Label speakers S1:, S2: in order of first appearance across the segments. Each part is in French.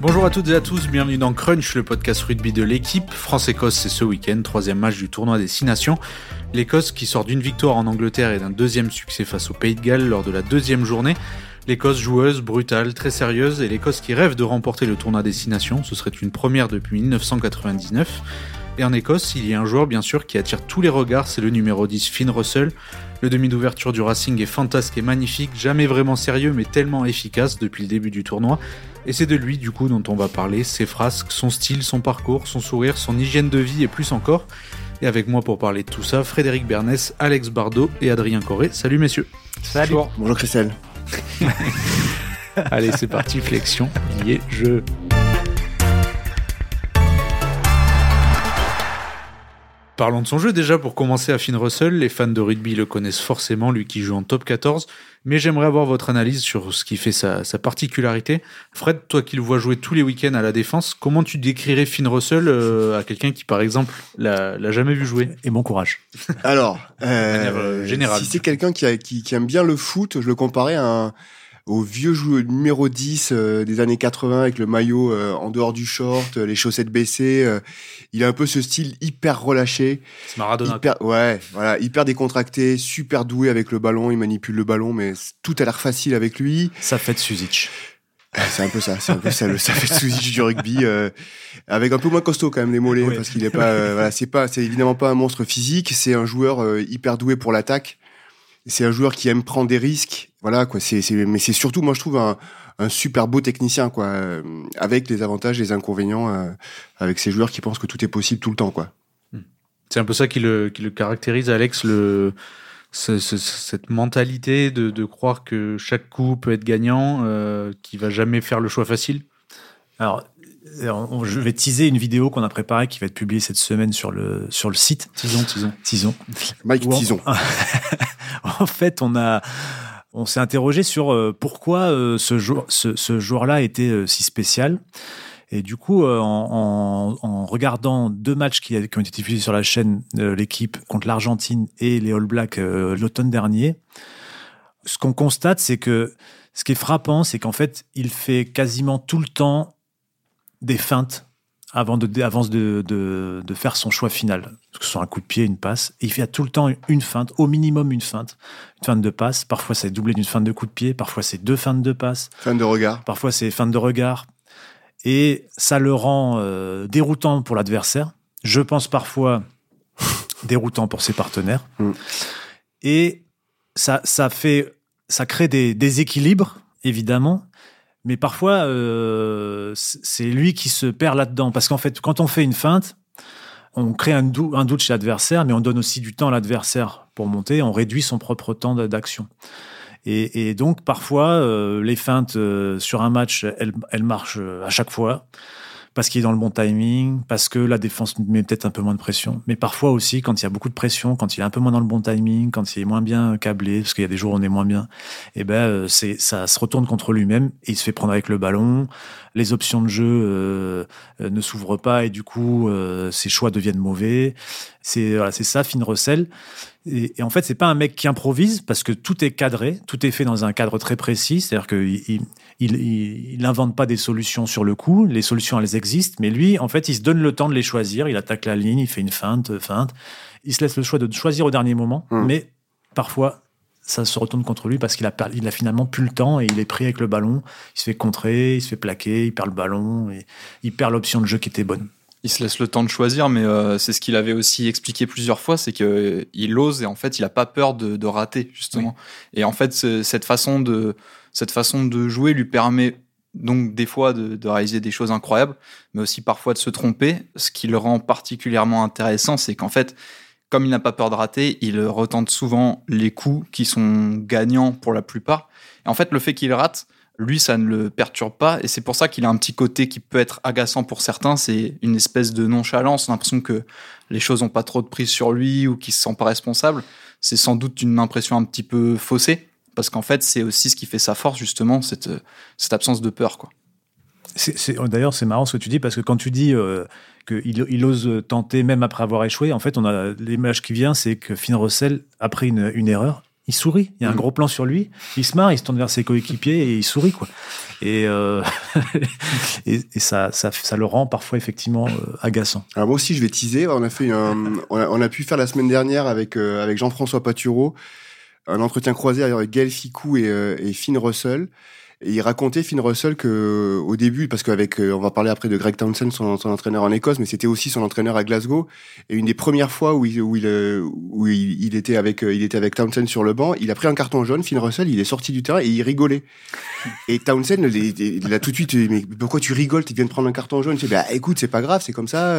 S1: Bonjour à toutes et à tous, bienvenue dans Crunch, le podcast rugby de l'équipe. France-Écosse, c'est ce week-end, 3e match du tournoi des 6 nations. L'Écosse qui sort d'une victoire en Angleterre et d'un deuxième succès face au Pays de Galles lors de la deuxième journée. L'Écosse joueuse, brutale, très sérieuse, et l'Écosse qui rêve de remporter le tournoi des 6 nations, ce serait une première depuis 1999. Et en Écosse, il y a un joueur bien sûr qui attire tous les regards, c'est le numéro 10 Finn Russell. Le demi d'ouverture du Racing est fantasque et magnifique, jamais vraiment sérieux mais tellement efficace depuis le début du tournoi. Et c'est de lui du coup dont on va parler, ses frasques, son style, son parcours, son sourire, son hygiène de vie et plus encore. Et avec moi pour parler de tout ça, Frédéric Bernès, Alex Bardot et Adrien Corré. Salut messieurs.
S2: Salut.
S3: Bonjour Christelle.
S1: Allez c'est parti, flexion, lié, jeu. Parlons de son jeu déjà pour commencer à Finn Russell. Les fans de rugby le connaissent forcément, lui qui joue en top 14. Mais j'aimerais avoir votre analyse sur ce qui fait sa particularité. Fred, toi qui le vois jouer tous les week-ends à la défense, comment tu décrirais Finn Russell à quelqu'un qui par exemple l'a jamais vu jouer?
S2: Et bon courage.
S3: Alors,
S1: générale.
S3: Si c'est quelqu'un qui aime bien le foot, je le comparais au vieux joueur numéro 10 des années 80 avec le maillot en dehors du short, les chaussettes baissées. Il a un peu ce style hyper relâché.
S1: C'est Maradona.
S3: Hyper décontracté, super doué avec le ballon. Il manipule le ballon, mais tout a l'air facile avec lui.
S2: Ça fait de Suzic.
S3: C'est un peu ça, le ça fait Suzic du rugby, avec un peu moins costaud quand même les mollets, oui. Parce qu'il est pas, c'est évidemment pas un monstre physique. C'est un joueur hyper doué pour l'attaque. C'est un joueur qui aime prendre des risques, voilà quoi. Mais c'est surtout, moi je trouve un super beau technicien quoi, avec les avantages, les inconvénients, avec ces joueurs qui pensent que tout est possible tout le temps quoi.
S1: C'est un peu ça qui le caractérise, Alex, cette mentalité de croire que chaque coup peut être gagnant, qui va jamais faire le choix facile.
S2: Alors, je vais teaser une vidéo qu'on a préparée qui va être publiée cette semaine sur le site. Tison.
S3: Mike Tison.
S2: En fait, on s'est interrogé sur pourquoi ce joueur-là était si spécial. Et du coup, en regardant deux matchs qui ont été diffusés sur la chaîne l'équipe contre l'Argentine et les All Blacks l'automne dernier, ce qu'on constate, c'est que ce qui est frappant, c'est qu'en fait, il fait quasiment tout le temps des feintes avant de faire son choix final, que ce soit un coup de pied, une passe. Et il fait tout le temps une feinte, au minimum une feinte de passe. Parfois, c'est doublé d'une feinte de coup de pied. Parfois, c'est deux feintes de passe.
S3: Feinte de regard.
S2: Parfois, c'est feinte de regard. Et ça le rend déroutant pour l'adversaire. Je pense parfois déroutant pour ses partenaires. Et ça crée des déséquilibres, évidemment. Mais parfois, c'est lui qui se perd là-dedans. Parce qu'en fait, quand on fait une feinte, on crée un doute chez l'adversaire, mais on donne aussi du temps à l'adversaire pour monter. On réduit son propre temps d'action. Et donc, parfois, les feintes sur un match, elles marchent à chaque fois. Parce qu'il est dans le bon timing, parce que la défense met peut-être un peu moins de pression. Mais parfois aussi, quand il y a beaucoup de pression, quand il est un peu moins dans le bon timing, quand il est moins bien câblé, parce qu'il y a des jours où on est moins bien, ça se retourne contre lui-même et il se fait prendre avec le ballon. Les options de jeu ne s'ouvrent pas et du coup, ses choix deviennent mauvais. C'est ça, Finn Russell. Et en fait, c'est pas un mec qui improvise parce que tout est cadré, tout est fait dans un cadre très précis. C'est-à-dire qu'il n'invente pas des solutions sur le coup. Les solutions, elles existent, mais lui, en fait, il se donne le temps de les choisir. Il attaque la ligne, il fait une feinte. Il se laisse le choix de choisir au dernier moment, mais parfois, ça se retourne contre lui parce qu'il a finalement plus le temps et il est pris avec le ballon. Il se fait contrer, il se fait plaquer, il perd le ballon et il perd l'option de jeu qui était bonne.
S4: Il se laisse le temps de choisir, mais c'est ce qu'il avait aussi expliqué plusieurs fois, c'est qu'il ose et en fait, il n'a pas peur de rater, justement. Oui. Et en fait, cette façon de jouer lui permet donc des fois de réaliser des choses incroyables, mais aussi parfois de se tromper. Ce qui le rend particulièrement intéressant, c'est qu'en fait, comme il n'a pas peur de rater, il retente souvent les coups qui sont gagnants pour la plupart. Et en fait, le fait qu'il rate, lui, ça ne le perturbe pas, et c'est pour ça qu'il a un petit côté qui peut être agaçant pour certains, c'est une espèce de nonchalance, on a l'impression que les choses n'ont pas trop de prise sur lui, ou qu'il se sent pas responsable. C'est sans doute une impression un petit peu faussée, parce qu'en fait, c'est aussi ce qui fait sa force, justement, cette absence de peur, quoi.
S2: D'ailleurs, c'est marrant ce que tu dis, parce que quand tu dis qu'il ose tenter, même après avoir échoué, en fait, on a l'image qui vient, c'est que Finn Russell a pris une erreur, il sourit. Il y a un gros plan sur lui, il se marre, il se tourne vers ses coéquipiers et il sourit, quoi. Et, et ça le rend parfois effectivement agaçant.
S3: Alors moi aussi, je vais teaser. On a pu faire la semaine dernière avec Jean-François Patureau un entretien croisé avec Gaël Ficou et Finn Russell. Et il racontait, Finn Russell, que au début, parce qu'avec, on va parler après de Greg Townsend, son entraîneur en Écosse, mais c'était aussi son entraîneur à Glasgow. Et une des premières fois où il était avec Townsend sur le banc, il a pris un carton jaune. Finn Russell, il est sorti du terrain et il rigolait. Et Townsend, il a tout de suite, mais pourquoi tu rigoles? Tu viens de prendre un carton jaune. Je dis, bah écoute, c'est pas grave, c'est comme ça.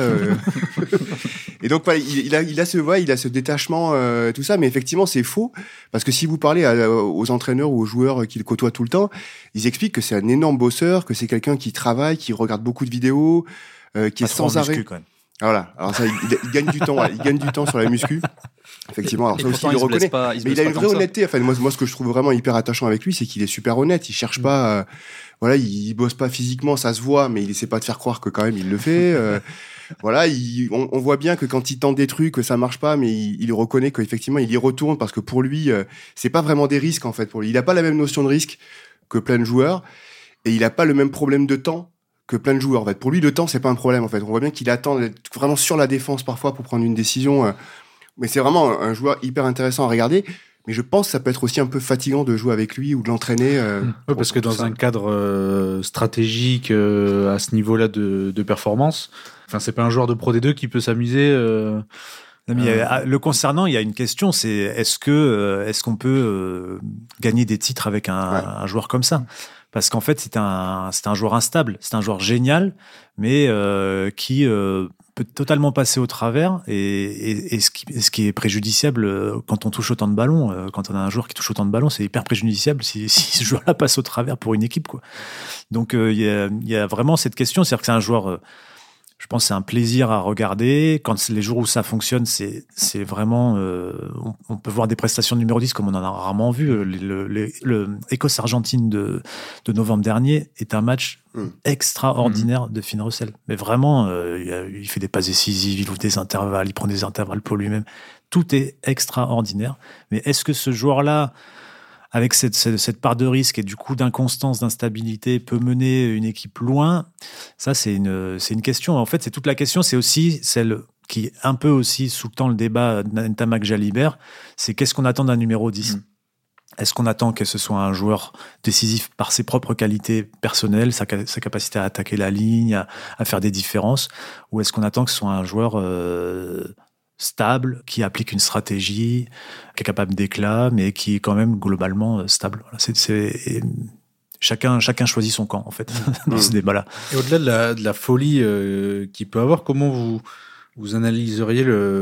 S3: Et donc voilà, il a ce détachement, tout ça, mais effectivement c'est faux, parce que si vous parlez aux entraîneurs ou aux joueurs qu'il côtoie tout le temps, ils expliquent que c'est un énorme bosseur, que c'est quelqu'un qui travaille, qui regarde beaucoup de vidéos, qui est sans arrêt.
S2: Quand même.
S3: Voilà. Alors ça, il gagne du temps. Voilà. Il gagne du temps sur la muscu. Effectivement. Alors ça aussi, il le reconnaît. Mais il a une vraie honnêteté. Enfin, moi, ce que je trouve vraiment hyper attachant avec lui, c'est qu'il est super honnête. Il cherche pas. Voilà, il bosse pas physiquement, ça se voit, mais il essaie pas de faire croire que quand même il le fait. Voilà, on voit bien que quand il tente des trucs, ça marche pas, mais il reconnaît qu'effectivement il y retourne parce que pour lui, c'est pas vraiment des risques en fait. Pour lui, il a pas la même notion de risque que plein de joueurs et il a pas le même problème de temps que plein de joueurs. En fait, pour lui, le temps c'est pas un problème. En fait, on voit bien qu'il attend d'être vraiment sur la défense parfois pour prendre une décision. Mais c'est vraiment un joueur hyper intéressant à regarder. Mais je pense que ça peut être aussi un peu fatigant de jouer avec lui ou de l'entraîner.
S1: Parce que dans un cadre stratégique à ce niveau-là de performance, enfin, c'est pas un joueur de Pro D2 qui peut s'amuser.
S2: Le concernant, il y a une question, c'est est-ce qu'on peut gagner des titres avec un joueur comme ça? Parce qu'en fait, c'est un joueur instable, c'est un joueur génial, mais qui peut totalement passer au travers et ce qui est préjudiciable quand on touche autant de ballons, quand on a un joueur qui touche autant de ballons, c'est hyper préjudiciable si ce joueur-là passe au travers pour une équipe, quoi. Donc il y a vraiment cette question, c'est-à-dire que c'est un joueur, je pense que c'est un plaisir à regarder. Quand les jours où ça fonctionne, c'est vraiment... on peut voir des prestations de numéro 10 comme on en a rarement vu. Le Écosse-Argentine de novembre dernier est un match extraordinaire de Finn Russell. Mais vraiment, il fait des passes décisives, il ouvre des intervalles, il prend des intervalles pour lui-même. Tout est extraordinaire. Mais est-ce que ce joueur-là, avec cette part de risque et du coup d'inconstance, d'instabilité, peut mener une équipe loin? Ça, c'est une question. En fait, c'est toute la question. C'est aussi celle qui est un peu aussi sous-tend le débat d'Ntamak Jalibert. C'est qu'est-ce qu'on attend d'un numéro 10 ? Est-ce qu'on attend que ce soit un joueur décisif par ses propres qualités personnelles, sa capacité à attaquer la ligne, à faire des différences ? Ou est-ce qu'on attend que ce soit un joueur stable, qui applique une stratégie, qui est capable d'éclat, mais qui est quand même globalement stable? Voilà, chacun choisit son camp, en fait, dans ce débat-là.
S1: Et au-delà de la folie qu'il peut avoir, comment vous analyseriez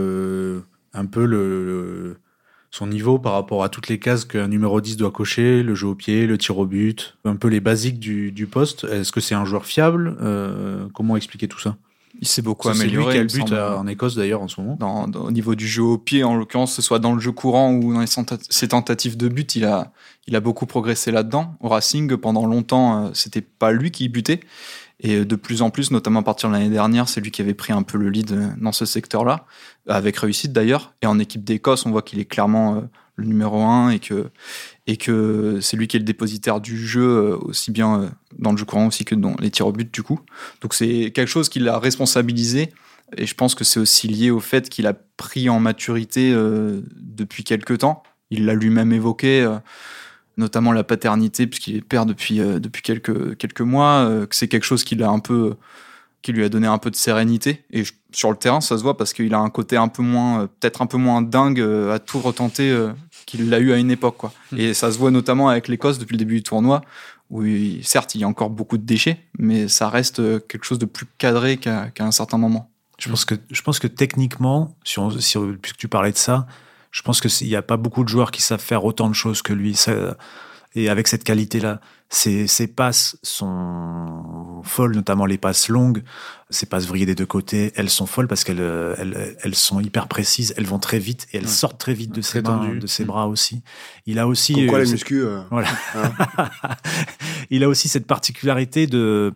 S1: un peu son niveau par rapport à toutes les cases qu'un numéro 10 doit cocher, le jeu au pied, le tir au but, un peu les basiques du poste? Est-ce que c'est un joueur fiable? Comment expliquer tout ça?
S4: Il s'est beaucoup amélioré.
S1: C'est lui qui a le but en Écosse d'ailleurs en ce moment.
S4: Au niveau du jeu au pied, en l'occurrence, que ce soit dans le jeu courant ou dans ses tentatives de but, il a beaucoup progressé là-dedans. Au Racing, pendant longtemps, c'était pas lui qui butait. Et de plus en plus, notamment à partir de l'année dernière, c'est lui qui avait pris un peu le lead dans ce secteur-là, avec réussite d'ailleurs. Et en équipe d'Écosse, on voit qu'il est clairement le numéro 1 et que c'est lui qui est le dépositaire du jeu, aussi bien dans le jeu courant aussi que dans les tirs au but du coup. Donc c'est quelque chose qui l'a responsabilisé, et je pense que c'est aussi lié au fait qu'il a pris en maturité depuis quelques temps. Il l'a lui-même évoqué, notamment la paternité, puisqu'il est père depuis quelques mois, que c'est quelque chose qui lui a donné un peu de sérénité. Et sur le terrain, ça se voit parce qu'il a un côté peut-être un peu moins dingue à tout retenter qu'il l'a eu à une époque, quoi. Et ça se voit notamment avec l'Écosse depuis le début du tournoi, où certes, il y a encore beaucoup de déchets, mais ça reste quelque chose de plus cadré qu'à un certain moment.
S2: Je pense que techniquement, puisque tu parlais de ça, je pense qu'il n'y a pas beaucoup de joueurs qui savent faire autant de choses que lui. Et avec cette qualité-là, ses passes sont folles, notamment les passes longues, ses passes vrillées des deux côtés, elles sont folles parce qu'elles sont hyper précises, elles vont très vite et elles sortent très vite de ses mains, de ses bras aussi. Il a aussi...
S3: Pourquoi la muscu
S2: Voilà. Il a aussi cette particularité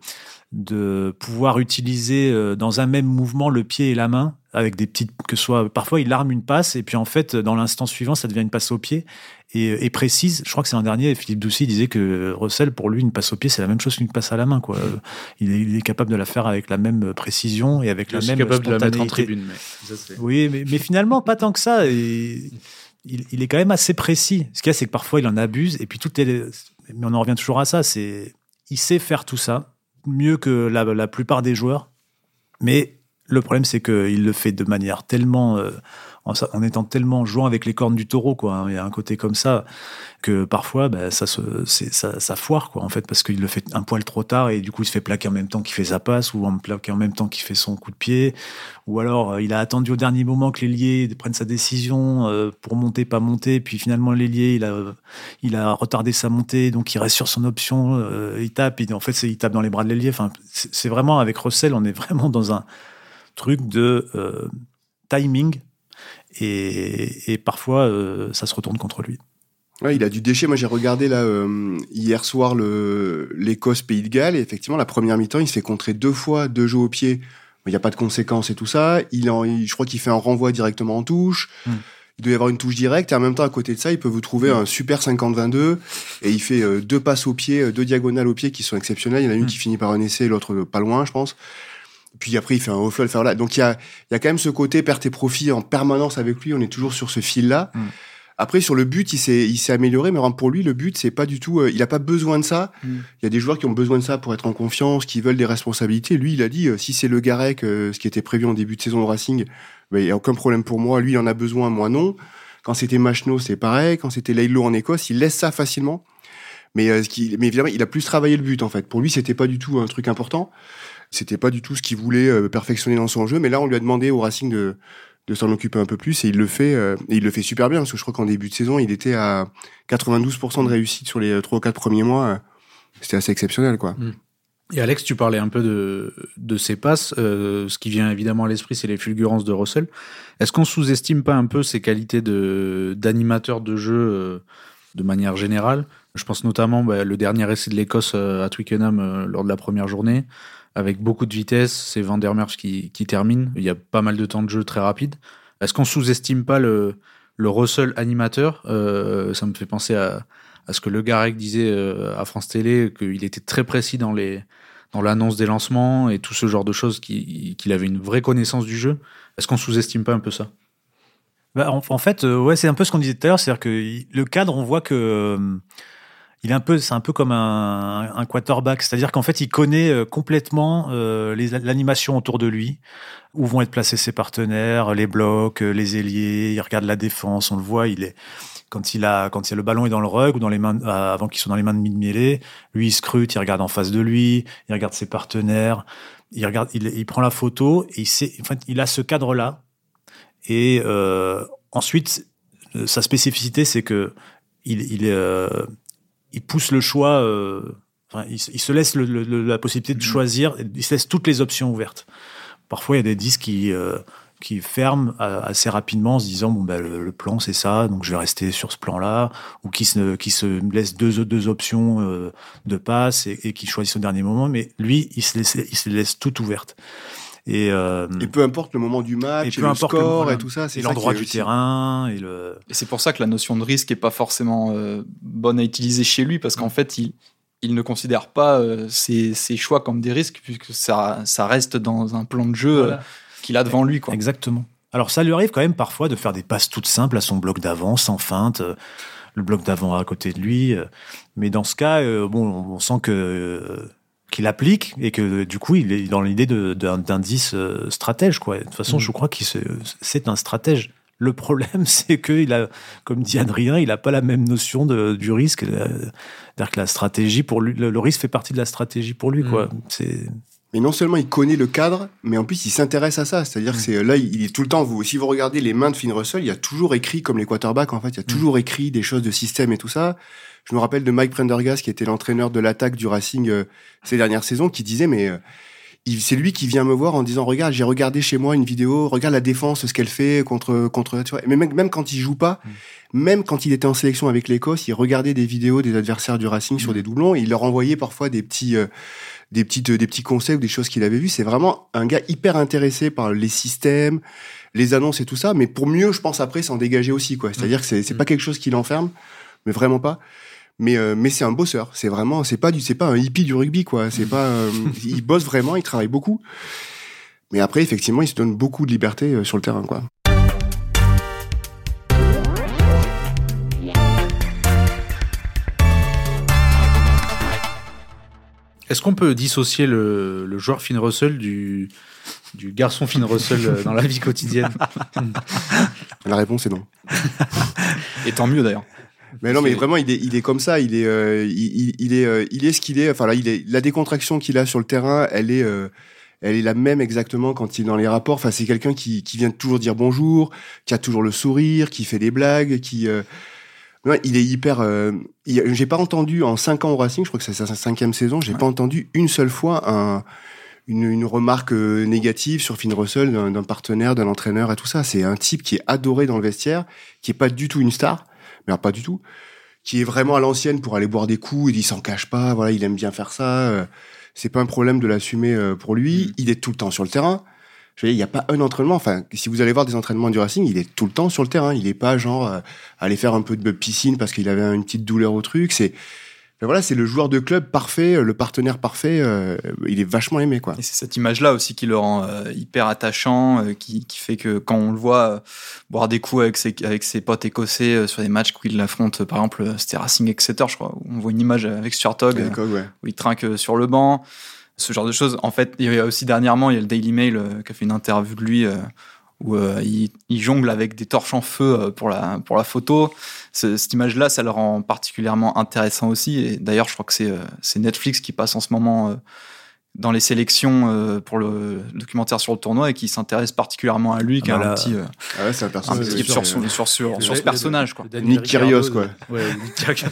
S2: de pouvoir utiliser dans un même mouvement le pied et la main, avec des petites, parfois il arme une passe et puis en fait dans l'instant suivant ça devient une passe au pied, et précise. Je crois que c'est l'an dernier, Philippe Doucy disait que Russell, pour lui, une passe au pied, c'est la même chose qu'une passe à la main, quoi. Il est capable de la faire avec la même précision et avec la même
S1: capable de la mettre en
S2: spontanéité.
S1: tribune. Mais ça,
S2: Oui, mais finalement, pas tant que ça. Et il est quand même assez précis. Ce qu'il y a, c'est que parfois, il en abuse. Et puis, mais on en revient toujours à ça. Il sait faire tout ça mieux que la plupart des joueurs. Mais le problème, c'est qu'il le fait de manière tellement... en étant tellement jouant avec les cornes du taureau, quoi. Il y a un côté comme ça que parfois, ça foire, quoi, en fait, parce qu'il le fait un poil trop tard et du coup, il se fait plaquer en même temps qu'il fait sa passe ou en plaquer en même temps qu'il fait son coup de pied. Ou alors, il a attendu au dernier moment que l'ailier prenne sa décision pour monter, pas monter. Puis finalement, l'ailier, il a retardé sa montée, donc il reste sur son option, il tape. Et en fait, il tape dans les bras de l'ailier. Enfin, c'est vraiment, avec Russell, on est vraiment dans un truc de timing. Et parfois, ça se retourne contre lui.
S3: Ouais, il a du déchet. Moi, j'ai regardé là hier soir l'Écosse-Pays de Galles et effectivement, la première mi-temps, il se fait contrer 2 fois, 2 jeux au pied. Il n'y a pas de conséquences et tout ça. Je crois qu'il fait un renvoi directement en touche. Il doit y avoir une touche directe et en même temps, à côté de ça, il peut vous trouver un super 50-22 et il fait 2 passes au pied, 2 diagonales au pied qui sont exceptionnelles. Il y en a une qui finit par un essai, l'autre pas loin, je pense. Puis après, il fait un offload. Enfin, voilà. Donc, il y a quand même ce côté perte et profit en permanence avec lui. On est toujours sur ce fil-là. Après, sur le but, il s'est amélioré. Mais pour lui, le but, c'est pas du tout... il a pas besoin de ça. Il y a des joueurs qui ont besoin de ça pour être en confiance, qui veulent des responsabilités. Lui, il a dit, si c'est le Garec, ce qui était prévu en début de saison au Racing, il y a aucun problème pour moi. Lui, il en a besoin, moi non. Quand c'était Machno, c'est pareil. Quand c'était Laidlaw en Écosse, il laisse ça facilement. Mais évidemment, il a plus travaillé le but, en fait. Pour lui, c'était pas du tout un truc important. C'était pas du tout ce qu'il voulait perfectionner dans son jeu, mais là on lui a demandé au Racing de s'en occuper un peu plus et il le fait super bien parce que je crois qu'en début de saison il était à 92% de réussite sur les 3 ou 4 premiers mois. C'était assez exceptionnel, quoi.
S1: Et Alex, tu parlais un peu de ses passes. Ce qui vient évidemment à l'esprit, c'est les fulgurances de Russell. Est-ce qu'on sous-estime pas un peu ses qualités d'animateur de jeu de manière générale? Je pense notamment le dernier essai de l'Écosse à Twickenham lors de la première journée. Avec beaucoup de vitesse, c'est Van der Merch qui termine. Il y a pas mal de temps de jeu très rapide. Est-ce qu'on sous-estime pas le Russell animateur? Ça me fait penser à ce que Le Garec disait à France Télé, qu'il était très précis dans l'annonce des lancements et tout ce genre de choses, qu'il avait une vraie connaissance du jeu. Est-ce qu'on sous-estime pas un peu ça?
S2: En fait, c'est un peu ce qu'on disait tout à l'heure, c'est-à-dire que le cadre, on voit que... c'est un peu comme un quarterback, c'est-à-dire qu'en fait, il connaît complètement l'animation autour de lui, où vont être placés ses partenaires, les blocs, les ailiers. Il regarde la défense, on le voit. Quand le ballon est dans le rug ou dans les mains, avant qu'il soit dans les mains de mid-mêlée, lui il scrute, il regarde en face de lui, il regarde ses partenaires, il prend la photo et il a ce cadre-là. Et ensuite, sa spécificité, c'est que il pousse le choix, il se laisse la possibilité de choisir, il se laisse toutes les options ouvertes. Parfois, il y a des disques qui ferment assez rapidement en se disant le plan c'est ça, donc je vais rester sur ce plan-là, ou qui se laisse deux options de passe et qui choisissent au dernier moment. Mais lui, il se laisse tout ouverte. Et
S3: peu importe le moment du match, et le score et tout ça, c'est
S2: l'endroit du terrain. Et
S4: c'est pour ça que la notion de risque est pas forcément bonne à utiliser chez lui, parce qu'en fait, il ne considère pas ses choix comme des risques, puisque ça reste dans un plan de jeu qu'il a devant lui, quoi.
S2: Exactement. Alors ça lui arrive quand même parfois de faire des passes toutes simples à son bloc d'avant, sans feinte, le bloc d'avant à côté de lui. Mais dans ce cas, on sent qu'il applique et que du coup il est dans l'idée d'un 10 stratège, quoi. De toute façon, je crois c'est un stratège. Le problème, c'est qu'il a, comme dit Adrien, il a pas la même notion du risque. C'est-à-dire que la stratégie pour lui, le risque fait partie de la stratégie pour lui, quoi.
S3: Mais non seulement il connaît le cadre, mais en plus il s'intéresse à ça. C'est-à-dire que là, il est tout le temps. Si vous regardez les mains de Finn Russell, il y a toujours écrit, comme les quarterbacks, en fait, il y a toujours écrit des choses de système et tout ça. Je me rappelle de Mike Prendergast, qui était l'entraîneur de l'attaque du Racing ces dernières saisons, qui disait, mais c'est lui qui vient me voir en disant regarde, j'ai regardé chez moi une vidéo, regarde la défense, ce qu'elle fait contre tu vois. Mais même quand il joue pas, même quand il était en sélection avec l'Écosse, il regardait des vidéos des adversaires du Racing sur des doublons et il leur envoyait parfois des petits conseils ou des choses qu'il avait vues. C'est vraiment un gars hyper intéressé par les systèmes, les annonces et tout ça, mais pour mieux, je pense, après, s'en dégager aussi, quoi. C'est-à-dire que c'est pas quelque chose qui l'enferme, mais vraiment pas. Mais c'est un bosseur. C'est vraiment, c'est pas un hippie du rugby, quoi. C'est pas, il bosse vraiment, il travaille beaucoup. Mais après, effectivement, il se donne beaucoup de liberté sur le terrain, quoi.
S1: Est-ce qu'on peut dissocier le joueur Finn Russell du garçon Finn Russell dans la vie quotidienne?
S3: La réponse est non.
S4: Et tant mieux d'ailleurs.
S3: Mais non, mais vraiment, il est comme ça. Il est ce qu'il est. Enfin là, la décontraction qu'il a sur le terrain, elle est la même exactement quand il est dans les rapports. Enfin, c'est quelqu'un qui vient toujours dire bonjour, qui a toujours le sourire, qui fait des blagues, ouais, il est hyper. J'ai pas entendu en 5 ans au Racing, je crois que c'est sa 5e saison, j'ai pas entendu une seule fois une remarque négative sur Finn Russell d'un partenaire, d'un entraîneur et tout ça. C'est un type qui est adoré dans le vestiaire, qui est pas du tout une star, mais alors pas du tout, qui est vraiment à l'ancienne pour aller boire des coups. Il s'en cache pas, voilà, il aime bien faire ça. C'est pas un problème de l'assumer pour lui. Il est tout le temps sur le terrain. Je veux dire, il n'y a pas un entraînement. Enfin, si vous allez voir des entraînements du Racing, il est tout le temps sur le terrain. Il n'est pas genre aller faire un peu de piscine parce qu'il avait une petite douleur au truc. Voilà, c'est le joueur de club parfait, le partenaire parfait. Il est vachement aimé, quoi.
S4: Et c'est cette image-là aussi qui le rend hyper attachant, qui fait que quand on le voit boire des coups avec ses potes écossais sur des matchs où il l'affronte, par exemple, c'était Racing Exeter, je crois, où on voit une image avec Stuart Hogg, où il trinque sur le banc. Ce genre de choses. En fait, il y a aussi dernièrement, il y a le Daily Mail qui a fait une interview de lui où il jongle avec des torches en feu pour la photo. Cette image-là, ça le rend particulièrement intéressant aussi. Et d'ailleurs, je crois que c'est Netflix qui passe en ce moment dans les sélections pour le documentaire sur le tournoi et qui s'intéresse particulièrement à lui, qui a un petit
S3: c'est un personnage
S4: sur ce personnage, quoi.
S3: Nick Kyrgios, quoi.
S1: Ouais, Nick Kyrgios.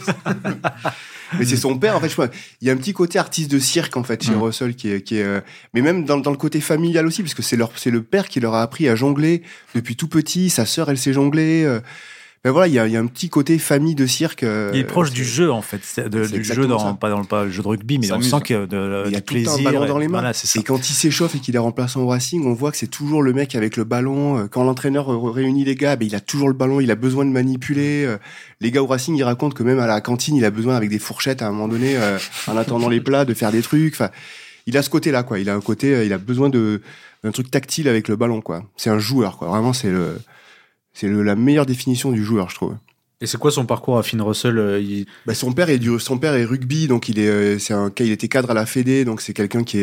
S3: Mais c'est son père, en fait, je crois. Il y a un petit côté artiste de cirque, en fait, chez Russell, qui est mais même dans le côté familial aussi, parce que c'est le père qui leur a appris à jongler depuis tout petit. Sa sœur, elle sait jongler. Ben voilà, il y a un petit côté famille de cirque.
S2: Il est proche du jeu, en fait, du jeu pas le jeu de rugby, mais on sent qu'il y a
S3: il a
S2: du
S3: tout le temps
S2: plaisir.
S3: un ballon dans les mains.
S2: Voilà, c'est ça.
S3: Et quand il s'échauffe et qu'il est remplaçant au Racing, on voit que c'est toujours le mec avec le ballon. Quand l'entraîneur réunit les gars, ben il a toujours le ballon, il a besoin de manipuler. Les gars au Racing, ils racontent que même à la cantine, il a besoin avec des fourchettes à un moment donné, en attendant les plats, de faire des trucs. Enfin, il a ce côté-là, quoi. Il a un côté, il a besoin d'un truc tactile avec le ballon, quoi. C'est un joueur, quoi. Vraiment, c'est la meilleure définition du joueur, je trouve.
S1: Et c'est quoi son parcours à Finn Russell?
S3: Son père est rugby, donc il était cadre à la Fédé, donc c'est quelqu'un qui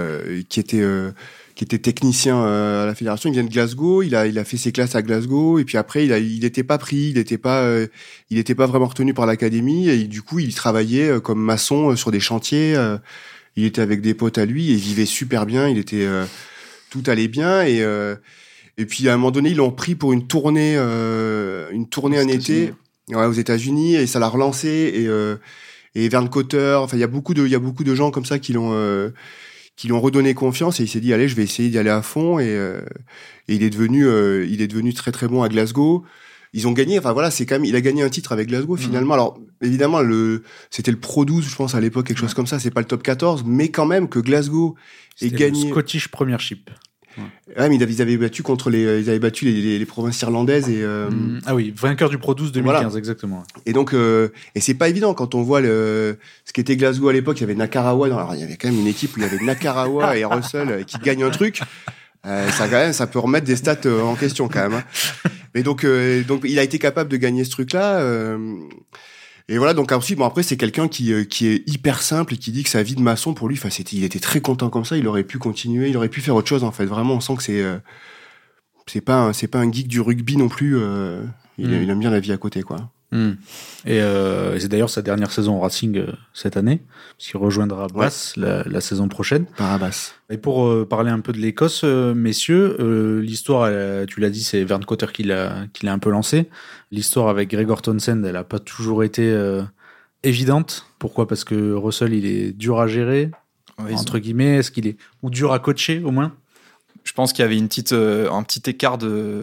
S3: était technicien à la fédération. Il vient de Glasgow, il a fait ses classes à Glasgow, et puis après il était pas pris, il était pas vraiment retenu par l'académie, et du coup il travaillait comme maçon sur des chantiers. Il était avec des potes à lui et il vivait super bien. Tout allait bien et puis à un moment donné ils l'ont pris pour une tournée un été. Ouais, aux États-Unis, et ça l'a relancé, et Vern Cotter, enfin il y a beaucoup de gens comme ça qui l'ont redonné confiance, et il s'est dit allez, je vais essayer d'y aller à fond, et il est devenu très très bon à Glasgow. Ils ont gagné, enfin voilà, c'est quand même, il a gagné un titre avec Glasgow finalement. Alors évidemment c'était le Pro 12, je pense à l'époque, quelque chose comme ça, c'est pas le top 14, mais quand même que Glasgow ait gagné
S1: le Scottish Premiership.
S3: Ouais, mais ils avaient battu les provinces irlandaises et
S1: ah oui, vainqueur du Pro 12 2015, voilà. Exactement.
S3: Et donc et c'est pas évident quand on voit ce qu'était Glasgow à l'époque. Il y avait Nakarawa, alors il y avait quand même une équipe où il y avait Nakarawa et Russell qui gagnent un truc. Ça peut remettre des stats en question quand même. Hein. Mais donc il a été capable de gagner ce truc-là. Et voilà, donc ensuite, après, c'est quelqu'un qui est hyper simple et qui dit que sa vie de maçon, pour lui, il était très content comme ça, il aurait pu continuer, il aurait pu faire autre chose, en fait. Vraiment, on sent que c'est pas un geek du rugby non plus, il aime bien la vie à côté, quoi.
S1: Et c'est d'ailleurs sa dernière saison au Racing cette année, parce qu'il rejoindra Bath la saison prochaine.
S3: Parabas.
S1: Et pour parler un peu de l'Écosse, messieurs, l'histoire, tu l'as dit, c'est Vern Cotter qui l'a un peu lancé. L'histoire avec Gregor Townsend, elle n'a pas toujours été évidente. Pourquoi ? Parce que Russell, il est dur à gérer. entre guillemets? Est-ce qu'il est ou dur à coacher au moins?
S4: Je pense qu'il y avait un petit écart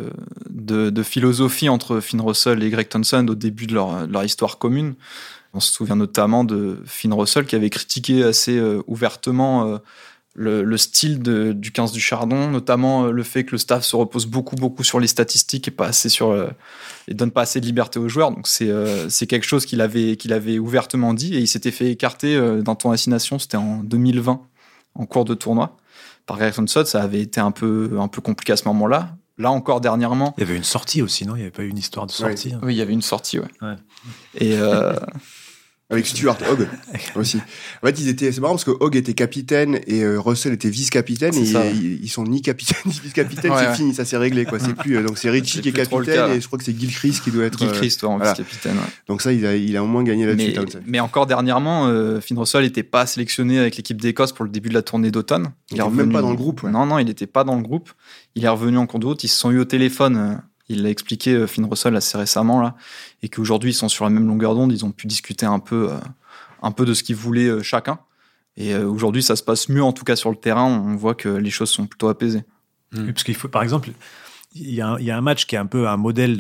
S4: de philosophie entre Finn Russell et Greg Townsend au début de leur histoire commune. On se souvient notamment de Finn Russell qui avait critiqué assez ouvertement le style du 15 du Chardon, notamment le fait que le staff se repose beaucoup sur les statistiques et pas assez et donne pas assez de liberté aux joueurs. Donc c'est quelque chose qu'il avait ouvertement dit, et il s'était fait écarter d'un tournoi Destination, c'était en 2020 en cours de tournoi par Greg Townsend. Ça avait été un peu compliqué à ce moment-là. Là encore dernièrement,
S2: il y avait une sortie aussi, non? Il n'y avait pas eu une histoire de sortie?
S4: Ouais. Oui, il y avait une sortie, ouais. Et
S3: avec Stuart Hogg aussi. En fait, c'est marrant parce que Hogg était capitaine et Russell était vice-capitaine, et ils sont ni capitaine ni vice-capitaine. C'est fini, ça s'est réglé, quoi. C'est plus, donc c'est Richie qui est capitaine, et je crois que c'est Gilchrist qui doit être
S4: Gilchrist, vice-capitaine. Ouais.
S3: Donc ça, il a au moins gagné là-dessus.
S4: Mais encore dernièrement, Finn Russell n'était pas sélectionné avec l'équipe d'Écosse pour le début de la tournée d'automne.
S3: Il est même pas dans le groupe. Ouais.
S4: Non, il n'était pas dans le groupe. Il est revenu en cours de route. Ils se sont eu au téléphone. Il l'a expliqué, Finn Russell, assez récemment, là, et qu'aujourd'hui ils sont sur la même longueur d'onde. Ils ont pu discuter un peu de ce qu'ils voulaient chacun. Et aujourd'hui, ça se passe mieux, en tout cas sur le terrain. On voit que les choses sont plutôt apaisées.
S2: Oui, parce qu'il faut, par exemple, il y a un match qui est un peu un modèle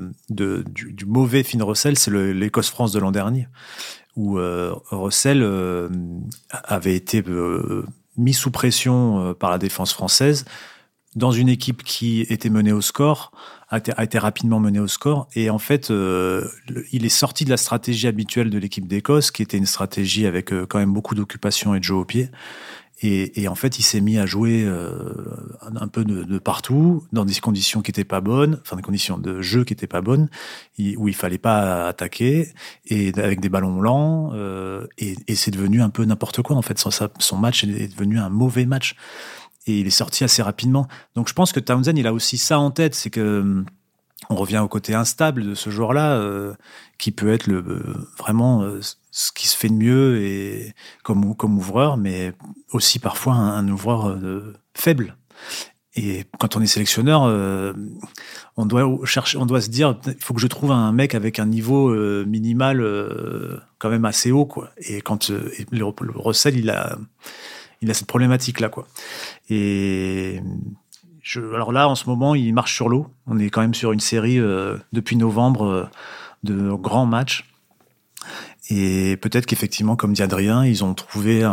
S2: du mauvais Finn Russell, c'est l'Écosse-France de l'an dernier, où Russell avait été mis sous pression par la défense française dans une équipe qui était menée au score, a été rapidement menée au score, et en fait, il est sorti de la stratégie habituelle de l'équipe d'Écosse, qui était une stratégie avec quand même beaucoup d'occupation et de jeu au pied, et en fait, il s'est mis à jouer un peu de partout, dans des conditions qui étaient pas bonnes, enfin des conditions de jeu qui étaient pas bonnes, où il fallait pas attaquer, et avec des ballons lents, et c'est devenu un peu n'importe quoi, en fait. Son match est devenu un mauvais match. Et il est sorti assez rapidement. Donc je pense que Townsend, il a aussi ça en tête, c'est que on revient au côté instable de ce joueur-là, qui peut être vraiment ce qui se fait de mieux et comme ouvreur, mais aussi parfois un ouvreur faible. Et quand on est sélectionneur, on doit se dire, il faut que je trouve un mec avec un niveau minimal quand même assez haut, quoi. Et quand le Russell, il a cette problématique-là, quoi. Et alors là, en ce moment, il marche sur l'eau. On est quand même sur une série depuis novembre de grands matchs. Et peut-être qu'effectivement, comme dit Adrien, ils ont trouvé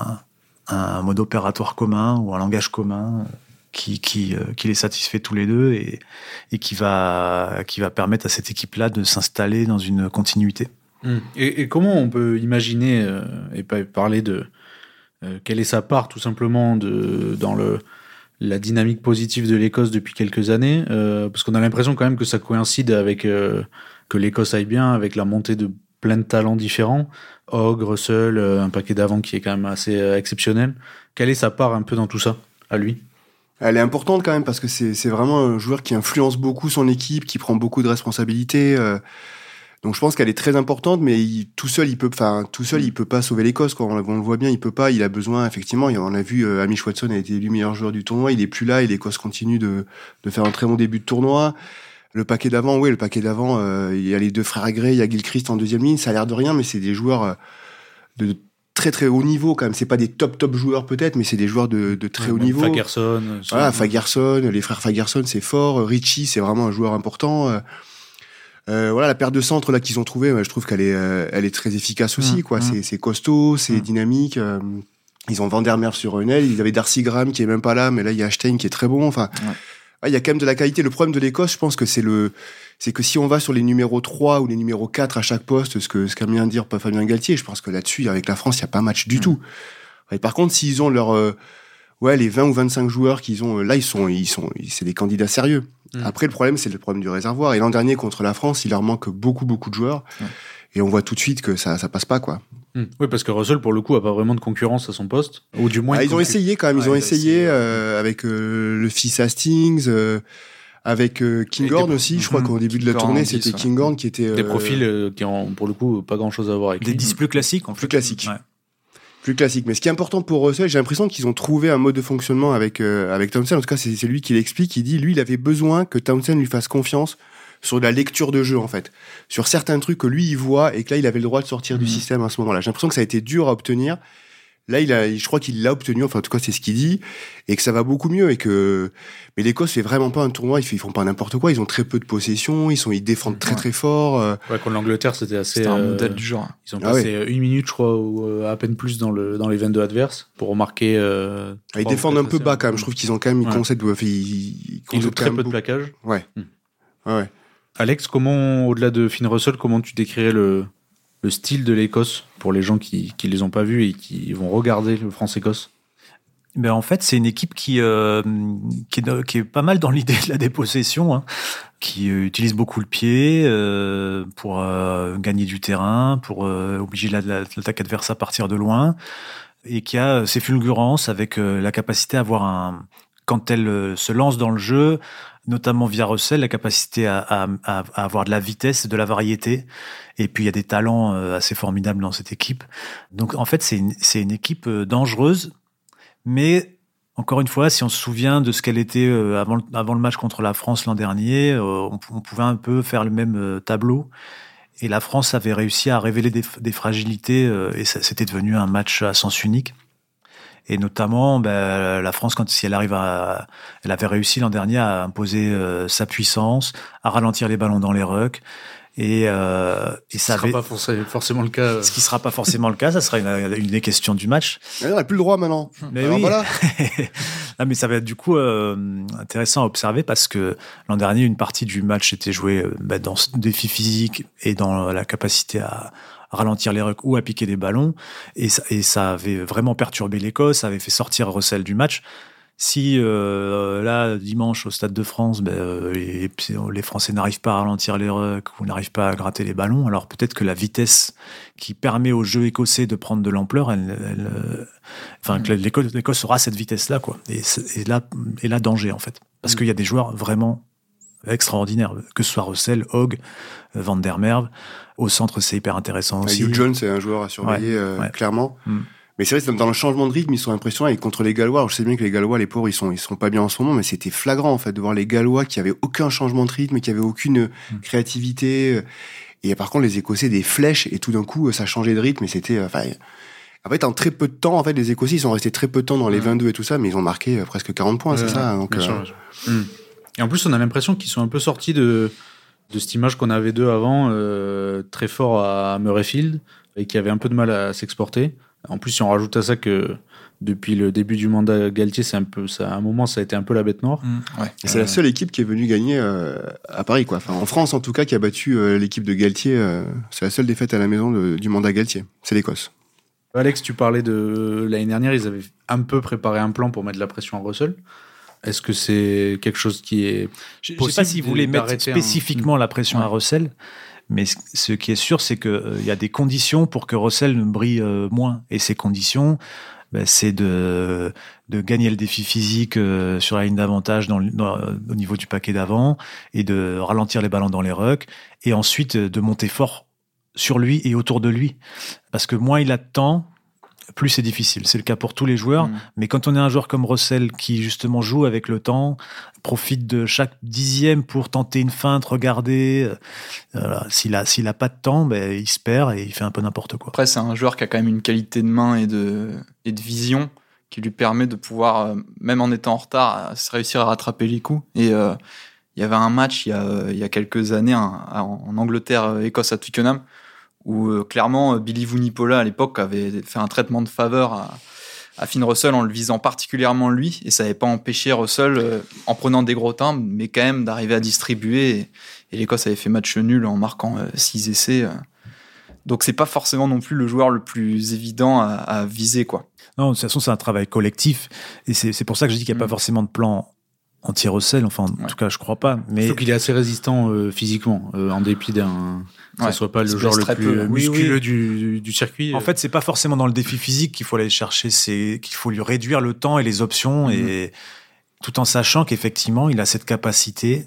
S2: un mode opératoire commun ou un langage commun qui les satisfait tous les deux et qui va permettre à cette équipe-là de s'installer dans une continuité.
S1: Et comment on peut imaginer et parler de quelle est sa part tout simplement dans la dynamique positive de l'Écosse depuis quelques années, parce qu'on a l'impression quand même que ça coïncide avec que l'Écosse aille bien, avec la montée de plein de talents différents, Hogg, Russell, un paquet d'avant qui est quand même assez exceptionnel. Quelle est sa part un peu dans tout ça, à lui?
S3: Elle est importante quand même, parce que c'est vraiment un joueur qui influence beaucoup son équipe, qui prend beaucoup de responsabilités. Donc je pense qu'elle est très importante, mais tout seul il peut pas sauver l'Écosse, quoi. On le voit bien, il peut pas. Il a besoin, effectivement. On a vu, Hamish Watson a été élu meilleur joueur du tournoi. Il est plus là, et l'Écosse continue de faire un très bon début de tournoi. Le paquet d'avant, il y a les deux frères Gray, il y a Gilchrist en deuxième ligne. Ça a l'air de rien, mais c'est des joueurs de très très haut niveau quand même. C'est pas des top joueurs peut-être, mais c'est des joueurs de très haut niveau.
S1: Fagerson.
S3: Voilà, Fagerson, les frères Fagerson, c'est fort. Richie, c'est vraiment un joueur important. Voilà, la paire de centres là qu'ils ont trouvé, je trouve qu'elle est très efficace aussi, quoi. C'est costaud, c'est dynamique. Ils ont Vandermeer sur une aile, ils avaient Darcy Graham qui est même pas là, mais là il y a Stein qui est très bon. Enfin, il y a quand même de la qualité. Le problème de l'Écosse, je pense que c'est que si on va sur les numéros 3 ou les numéros 4 à chaque poste, ce qu'a bien dire Fabien Galtier, je pense que là-dessus, avec la France, il n'y a pas match du tout. Et par contre, s'ils ont les 20 ou 25 joueurs qu'ils ont, là, c'est des candidats sérieux. Après, le problème, c'est le problème du réservoir. Et l'an dernier, contre la France, il leur manque beaucoup de joueurs. Et on voit tout de suite que ça passe pas, quoi.
S1: Oui, parce que Russell, pour le coup, a pas vraiment de concurrence à son poste. Ou du moins.
S3: Ils ont essayé quand même. Ils ont essayé avec le fils Hastings, avec Kinghorn aussi. Je crois qu'au début de la tournée, c'était Kinghorn qui était.
S1: Des profils qui ont, pour le coup, pas grand chose à voir avec
S2: des 10 plus classiques, en fait.
S3: Plus classiques. Ouais. Plus classique. Mais ce qui est important pour Russell, j'ai l'impression qu'ils ont trouvé un mode de fonctionnement avec Townsend. En tout cas, c'est lui qui l'explique. Il dit, lui, il avait besoin que Townsend lui fasse confiance sur la lecture de jeu, en fait. Sur certains trucs que lui, il voit et que là, il avait le droit de sortir du système à ce moment-là. J'ai l'impression que ça a été dur à obtenir. Là, je crois qu'il l'a obtenu, enfin en tout cas c'est ce qu'il dit, et que ça va beaucoup mieux. Mais l'Écosse fait vraiment pas un tournoi, ils font pas n'importe quoi, ils ont très peu de possession, ils défendent très très fort.
S1: Ouais, contre l'Angleterre, c'était
S4: un modèle du genre.
S1: Ils ont passé 1 minute, je crois, ou à peine plus dans les 22 adverses pour remarquer.
S3: Ils défendent un peu bas quand même, je trouve qu'ils ont quand même une concept.
S1: Ils ont très peu de plaquage.
S3: Ouais. Ouais.
S1: Alex, au-delà de Finn Russell, comment tu décrirais le style de l'Écosse pour les gens qui les ont pas vus et qui vont regarder le France-Écosse?
S2: Ben en fait, c'est une équipe qui est pas mal dans l'idée de la dépossession, hein, qui utilise beaucoup le pied pour gagner du terrain, pour obliger l'attaque adverse à partir de loin, et qui a ses fulgurances avec la capacité à avoir quand elle se lance dans le jeu, notamment via Russell, la capacité à avoir de la vitesse, de la variété. Et puis, il y a des talents assez formidables dans cette équipe. Donc, en fait, c'est une équipe dangereuse. Mais, encore une fois, si on se souvient de ce qu'elle était avant le match contre la France l'an dernier, on pouvait un peu faire le même tableau. Et la France avait réussi à révéler des fragilités et c'était devenu un match à sens unique. Et notamment, la France, si elle avait réussi l'an dernier à imposer sa puissance, à ralentir les ballons dans les rucks. Et ça
S1: sera pas forcément le cas.
S2: Ce qui sera pas forcément le cas, ça sera une des questions du match.
S3: Mais on n'a plus le droit maintenant.
S2: Mais
S3: alors
S2: oui.
S3: Voilà.
S2: Ah, mais ça va être du coup intéressant à observer parce que l'an dernier, une partie du match était jouée dans ce défi physique et dans la capacité à ralentir les rucks ou à piquer des ballons. Et ça avait vraiment perturbé l'Écosse, ça avait fait sortir Russell du match. Si là, dimanche, au Stade de France, les Français n'arrivent pas à ralentir les rucks ou n'arrivent pas à gratter les ballons, alors peut-être que la vitesse qui permet au jeu écossais de prendre de l'ampleur, que l'Écosse aura cette vitesse-là, quoi. Et là, danger, en fait. Parce qu'il y a des joueurs vraiment extraordinaires, que ce soit Russell, Hogg, Van der Merwe. Au centre, c'est hyper intéressant aussi.
S3: Hugh Jones, c'est un joueur à surveiller, clairement. Mais c'est vrai que dans le changement de rythme, ils sont impressionnants. Et contre les Gallois, je sais bien que les Gallois, les pauvres, ils sont pas bien en ce moment, mais c'était flagrant, en fait, de voir les Gallois qui avaient aucun changement de rythme, qui avaient aucune créativité. Et par contre, les Écossais, des flèches, et tout d'un coup, ça changeait de rythme, et c'était, en fait, en très peu de temps, en fait, les Écossais, ils sont restés très peu de temps dans les 22 et tout ça, mais ils ont marqué presque 40 points, c'est ça? Donc,
S1: Et en plus, on a l'impression qu'ils sont un peu sortis de cette image qu'on avait d'eux avant, très fort à Murrayfield, et qui avait un peu de mal à s'exporter. En plus, si on rajoute à ça que depuis le début du mandat Galtier, à un moment, ça a été un peu la bête noire.
S3: Et c'est la seule équipe qui est venue gagner à Paris, quoi. Enfin, en France, en tout cas, qui a battu l'équipe de Galtier. C'est la seule défaite à la maison du mandat Galtier. C'est l'Écosse.
S1: Alex, tu parlais de l'année dernière, ils avaient un peu préparé un plan pour mettre de la pression à Russell. Est-ce que c'est quelque chose qui est possible?
S2: Je ne sais pas s'ils voulaient mettre spécifiquement la pression à Russell. Mais ce qui est sûr, c'est qu'il y a des conditions pour que Russell ne brille moins. Et ces conditions, c'est de gagner le défi physique sur la ligne d'avantage au niveau du paquet d'avant et de ralentir les ballons dans les rucks. Et ensuite, de monter fort sur lui et autour de lui. Parce que moins il a de temps, plus c'est difficile. C'est le cas pour tous les joueurs. Mais quand on est un joueur comme Russell qui, justement, joue avec le temps, profite de chaque dixième pour tenter une feinte, regarder. S'il a pas de temps, il se perd et il fait un peu n'importe quoi.
S4: Après, c'est un joueur qui a quand même une qualité de main et de vision qui lui permet de pouvoir, même en étant en retard, réussir à rattraper les coups. Et il y avait un match il y a quelques années en Angleterre, Écosse à Twickenham, où clairement Billy Vunipola à l'époque avait fait un traitement de faveur à Finn Russell en le visant particulièrement lui, et ça n'avait pas empêché Russell, en prenant des gros timbres, mais quand même d'arriver à distribuer, et l'Écosse avait fait match nul en marquant 6 essais. Donc c'est pas forcément non plus le joueur le plus évident à viser, quoi.
S2: Non, de toute façon c'est un travail collectif, et c'est pour ça que je dis qu'il n'y a pas forcément de plan anti-Russell, enfin en tout cas je crois pas. Mais
S1: surtout qu'il est assez résistant physiquement, en dépit que ça soit pas le joueur le plus musculeux du circuit.
S2: En fait, c'est pas forcément dans le défi physique qu'il faut aller chercher, c'est qu'il faut lui réduire le temps et les options, et tout en sachant qu'effectivement il a cette capacité.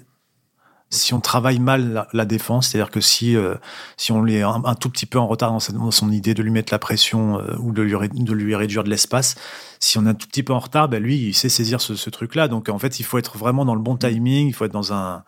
S2: Si on travaille mal la défense, c'est-à-dire que si on est un tout petit peu en retard dans son idée de lui mettre la pression ou de lui réduire de l'espace, si on est un tout petit peu en retard, lui, il sait saisir ce truc-là. Donc, en fait, il faut être vraiment dans le bon timing, il faut être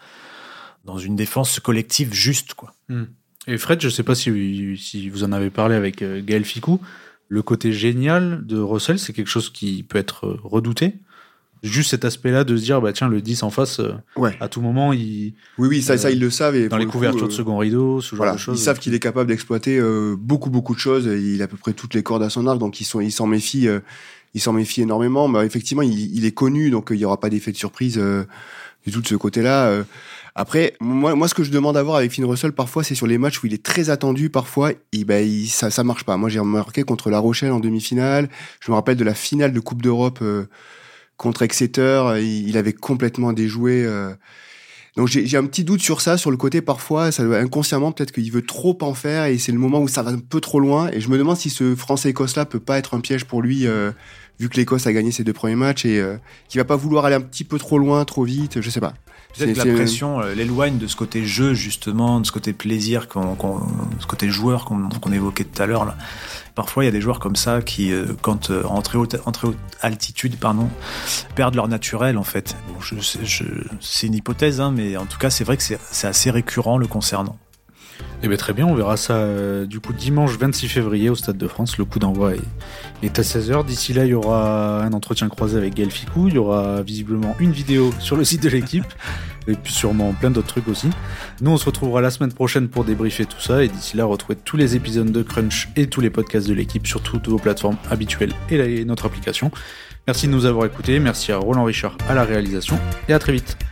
S2: dans une défense collective juste, quoi.
S1: Et Fred, je ne sais pas si vous en avez parlé avec Gaël Ficou, Le côté génial de Russell, c'est quelque chose qui peut être redouté. Juste cet aspect-là de se dire, bah tiens, le 10 en face, à tout moment,
S3: Oui, ça, ils le savent. Et
S1: dans les couvertures de second rideau, ce genre de choses.
S3: Ils savent qu'il est capable d'exploiter beaucoup de choses. Il a à peu près toutes les cordes à son arc, donc il s'en méfie énormément. Mais effectivement, il est connu, donc il n'y aura pas d'effet de surprise du tout de ce côté-là. Après, moi, ce que je demande à voir avec Finn Russell, parfois, c'est sur les matchs où il est très attendu, parfois, ça marche pas. Moi, j'ai remarqué contre La Rochelle en demi-finale. Je me rappelle de la finale de Coupe d'Europe contre Exeter. Il avait complètement déjoué. Donc, j'ai un petit doute sur ça, sur le côté, parfois, inconsciemment, peut-être qu'il veut trop en faire et c'est le moment où ça va un peu trop loin. Et je me demande si ce France-Écosse-là peut pas être un piège pour lui, vu que l'Écosse a gagné ses 2 premiers matchs et qu'il va pas vouloir aller un petit peu trop loin, trop vite, je sais pas.
S2: Peut-être que la pression l'éloigne de ce côté jeu, justement, de ce côté plaisir, ce côté joueur qu'on évoquait tout à l'heure. Là. Parfois, il y a des joueurs comme ça qui, quand en très haute altitude, perdent leur naturel, en fait. Bon, c'est une hypothèse, hein, mais en tout cas, c'est vrai que c'est assez récurrent le concernant.
S1: Eh bien, très bien, on verra ça du coup dimanche 26 février au Stade de France. Le coup d'envoi est à 16h. D'ici là, il y aura un entretien croisé avec Gaël Ficou. Il y aura visiblement une vidéo sur le site de l'équipe. Et puis sûrement plein d'autres trucs aussi. Nous, on se retrouvera la semaine prochaine pour débriefer tout ça. Et d'ici là, retrouvez tous les épisodes de Crunch et tous les podcasts de l'équipe sur toutes vos plateformes habituelles et notre application. Merci de nous avoir écoutés. Merci à Roland Richard à la réalisation. Et à très vite.